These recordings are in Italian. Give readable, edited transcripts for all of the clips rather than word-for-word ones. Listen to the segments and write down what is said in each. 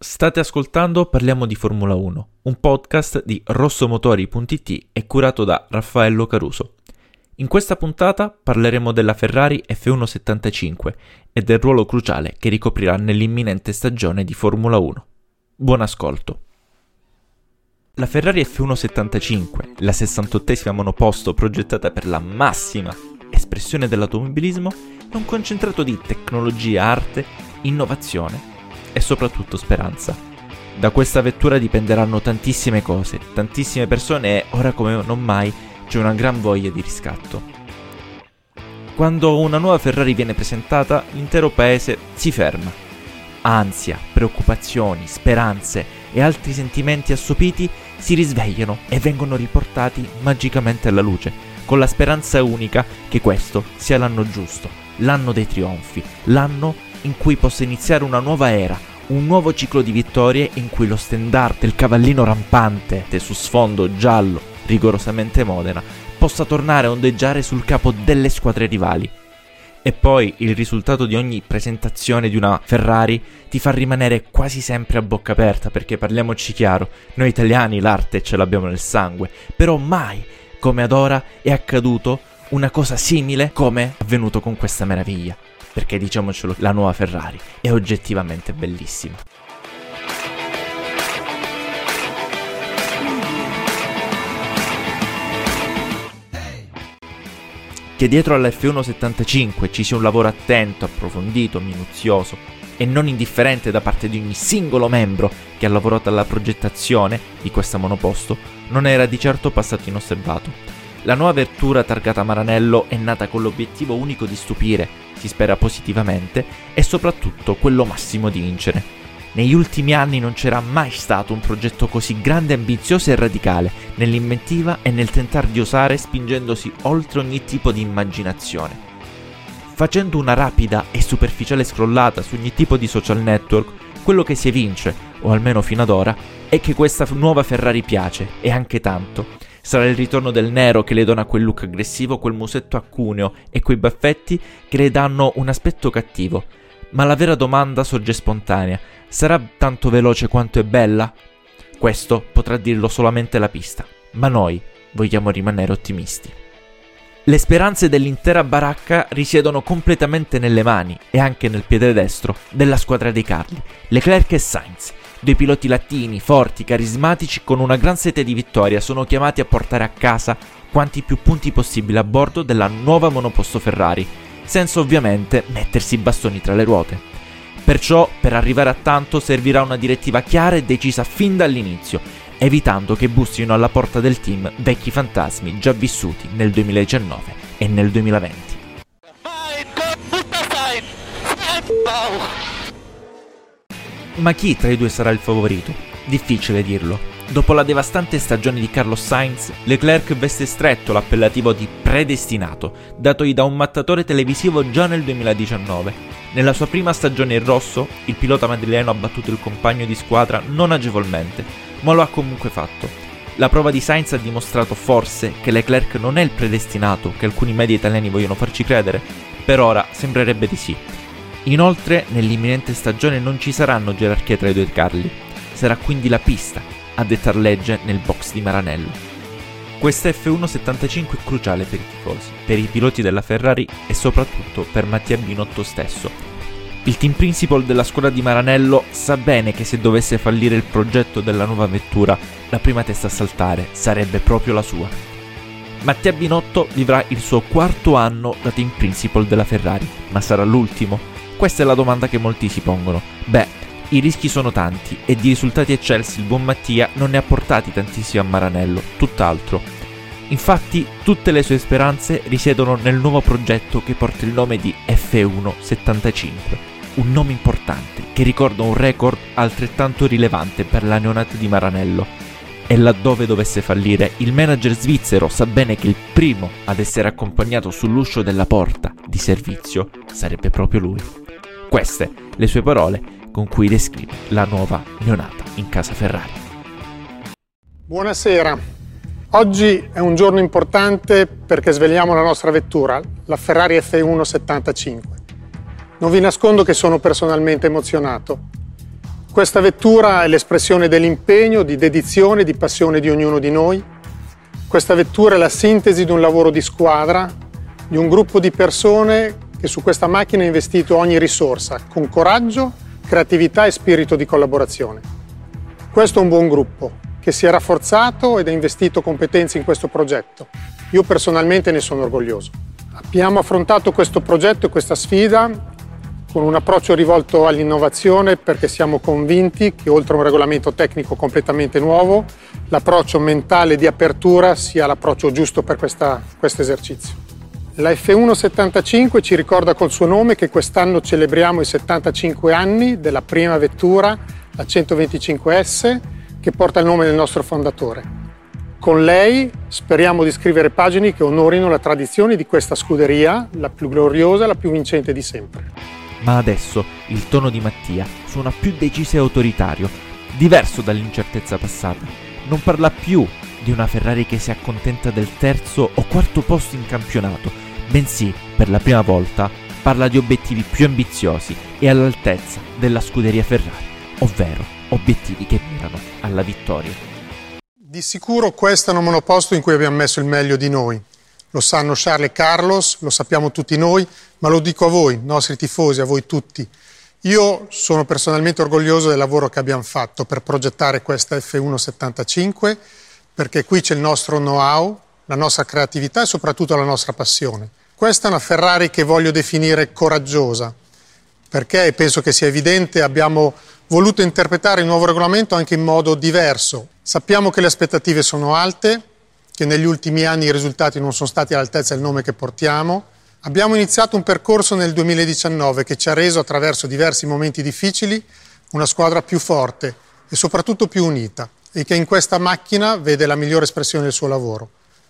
State ascoltando Parliamo di Formula 1, un podcast di rossomotori.it e curato da Raffaello Caruso. In questa puntata parleremo della Ferrari F175 e del ruolo cruciale che ricoprirà nell'imminente stagione di Formula 1. Buon ascolto. La Ferrari F175, la 68esima monoposto progettata per la massima espressione dell'automobilismo, è un concentrato di tecnologia, arte, innovazione e soprattutto speranza. Da questa vettura dipenderanno tantissime cose, tantissime persone e ora come non mai c'è una gran voglia di riscatto. Quando una nuova Ferrari viene presentata, l'intero paese si ferma. Ansia, preoccupazioni, speranze e altri sentimenti assopiti si risvegliano e vengono riportati magicamente alla luce, con la speranza unica che questo sia l'anno giusto, l'anno dei trionfi, l'anno in cui possa iniziare una nuova era, un nuovo ciclo di vittorie in cui lo stendarte del cavallino rampante su sfondo giallo, rigorosamente Modena, possa tornare a ondeggiare sul capo delle squadre rivali. E poi il risultato di ogni presentazione di una Ferrari ti fa rimanere quasi sempre a bocca aperta, perché parliamoci chiaro, noi italiani l'arte ce l'abbiamo nel sangue, però mai come ad ora è accaduto una cosa simile come è avvenuto con questa meraviglia. Perché diciamocelo, la nuova Ferrari è oggettivamente bellissima. Che dietro alla F175 ci sia un lavoro attento, approfondito, minuzioso e non indifferente da parte di ogni singolo membro che ha lavorato alla progettazione di questa monoposto non era di certo passato inosservato. La nuova vettura targata Maranello è nata con l'obiettivo unico di stupire, si spera positivamente, e soprattutto quello massimo di vincere. Negli ultimi anni non c'era mai stato un progetto così grande, ambizioso e radicale, nell'inventiva e nel tentar di osare spingendosi oltre ogni tipo di immaginazione. Facendo una rapida e superficiale scrollata su ogni tipo di social network, quello che si evince, o almeno fino ad ora, è che questa nuova Ferrari piace, e anche tanto. Sarà il ritorno del nero che le dona quel look aggressivo, quel musetto a cuneo e quei baffetti che le danno un aspetto cattivo. Ma la vera domanda sorge spontanea: sarà tanto veloce quanto è bella? Questo potrà dirlo solamente la pista, ma noi vogliamo rimanere ottimisti. Le speranze dell'intera baracca risiedono completamente nelle mani e anche nel piede destro della squadra dei Carli, Leclerc e Sainz. Due piloti latini, forti, carismatici, con una gran sete di vittoria, sono chiamati a portare a casa quanti più punti possibile a bordo della nuova monoposto Ferrari, senza ovviamente mettersi i bastoni tra le ruote. Perciò, per arrivare a tanto, servirà una direttiva chiara e decisa fin dall'inizio, evitando che bussino alla porta del team vecchi fantasmi già vissuti nel 2019 e nel 2020. Ma chi tra i due sarà il favorito? Difficile dirlo. Dopo la devastante stagione di Carlos Sainz, Leclerc veste stretto l'appellativo di predestinato, datogli da un mattatore televisivo già nel 2019. Nella sua prima stagione in rosso, il pilota madrileno ha battuto il compagno di squadra non agevolmente, ma lo ha comunque fatto. La prova di Sainz ha dimostrato forse che Leclerc non è il predestinato che alcuni media italiani vogliono farci credere? Per ora sembrerebbe di sì. Inoltre, nell'imminente stagione non ci saranno gerarchie tra i due Carli, sarà quindi la pista a dettar legge nel box di Maranello. Questa F175 è cruciale per i tifosi, per i piloti della Ferrari e soprattutto per Mattia Binotto stesso. Il team principal della squadra di Maranello sa bene che se dovesse fallire il progetto della nuova vettura, la prima testa a saltare sarebbe proprio la sua. Mattia Binotto vivrà il suo quarto anno da team principal della Ferrari, ma sarà l'ultimo? Questa è la domanda che molti si pongono. Beh, i rischi sono tanti e di risultati eccelsi il buon Mattia non ne ha portati tantissimo a Maranello, tutt'altro. Infatti, tutte le sue speranze risiedono nel nuovo progetto che porta il nome di F175, un nome importante che ricorda un record altrettanto rilevante per la neonata di Maranello. E laddove dovesse fallire, il manager svizzero sa bene che il primo ad essere accompagnato sull'uscio della porta di servizio sarebbe proprio lui. Queste le sue parole con cui descrive la nuova neonata in casa Ferrari. Buonasera. Oggi è un giorno importante perché svegliamo la nostra vettura, la Ferrari F175. Non vi nascondo che sono personalmente emozionato. Questa vettura è l'espressione dell'impegno, di dedizione, di passione di ognuno di noi. Questa vettura è la sintesi di un lavoro di squadra, di un gruppo di persone che su questa macchina ha investito ogni risorsa, con coraggio, creatività e spirito di collaborazione. Questo è un buon gruppo, che si è rafforzato ed ha investito competenze in questo progetto. Io personalmente ne sono orgoglioso. Abbiamo affrontato questo progetto e questa sfida con un approccio rivolto all'innovazione perché siamo convinti che oltre a un regolamento tecnico completamente nuovo, l'approccio mentale di apertura sia l'approccio giusto per questo esercizio. La F1 75 ci ricorda col suo nome che quest'anno celebriamo i 75 anni della prima vettura, la 125S, che porta il nome del nostro fondatore. Con lei speriamo di scrivere pagine che onorino la tradizione di questa scuderia, la più gloriosa e la più vincente di sempre. Ma adesso il tono di Mattia suona più deciso e autoritario, diverso dall'incertezza passata. Non parla più di una Ferrari che si accontenta del terzo o quarto posto in campionato, bensì, per la prima volta, parla di obiettivi più ambiziosi e all'altezza della scuderia Ferrari, ovvero obiettivi che mirano alla vittoria. Di sicuro questo è un monoposto in cui abbiamo messo il meglio di noi. Lo sanno Charles e Carlos, lo sappiamo tutti noi, ma lo dico a voi, nostri tifosi, a voi tutti. Io sono personalmente orgoglioso del lavoro che abbiamo fatto per progettare questa F1 75, perché qui c'è il nostro know-how, la nostra creatività e soprattutto la nostra passione. Questa è una Ferrari che voglio definire coraggiosa, perché, e penso che sia evidente, abbiamo voluto interpretare il nuovo regolamento anche in modo diverso. Sappiamo che le aspettative sono alte, che negli ultimi anni i risultati non sono stati all'altezza del nome che portiamo. Abbiamo iniziato un percorso nel 2019 che ci ha reso, attraverso diversi momenti difficili, una squadra più forte e soprattutto più unita e che in questa macchina vede la migliore espressione del suo lavoro.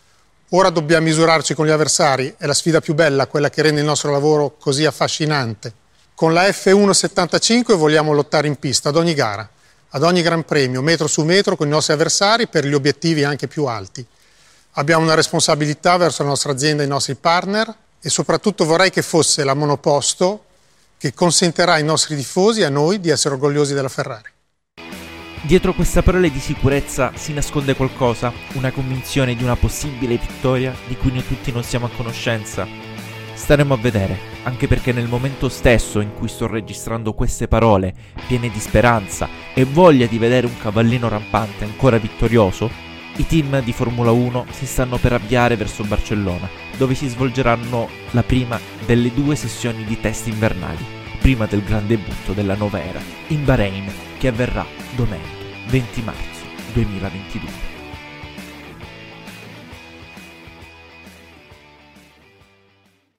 Ora dobbiamo misurarci con gli avversari, è la sfida più bella, quella che rende il nostro lavoro così affascinante. Con la F1 75 vogliamo lottare in pista ad ogni gara, ad ogni Gran Premio, metro su metro con i nostri avversari per gli obiettivi anche più alti. Abbiamo una responsabilità verso la nostra azienda e i nostri partner e soprattutto vorrei che fosse la monoposto che consentirà ai nostri tifosi e a noi di essere orgogliosi della Ferrari. Dietro queste parole di sicurezza si nasconde qualcosa, una convinzione di una possibile vittoria di cui noi tutti non siamo a conoscenza. Staremo a vedere, anche perché nel momento stesso in cui sto registrando queste parole, piene di speranza e voglia di vedere un cavallino rampante ancora vittorioso, i team di Formula 1 si stanno per avviare verso Barcellona, dove si svolgeranno la prima delle 2 sessioni di test invernali, prima del gran debutto della nuova era, in Bahrain, che avverrà domenica 20 marzo 2022.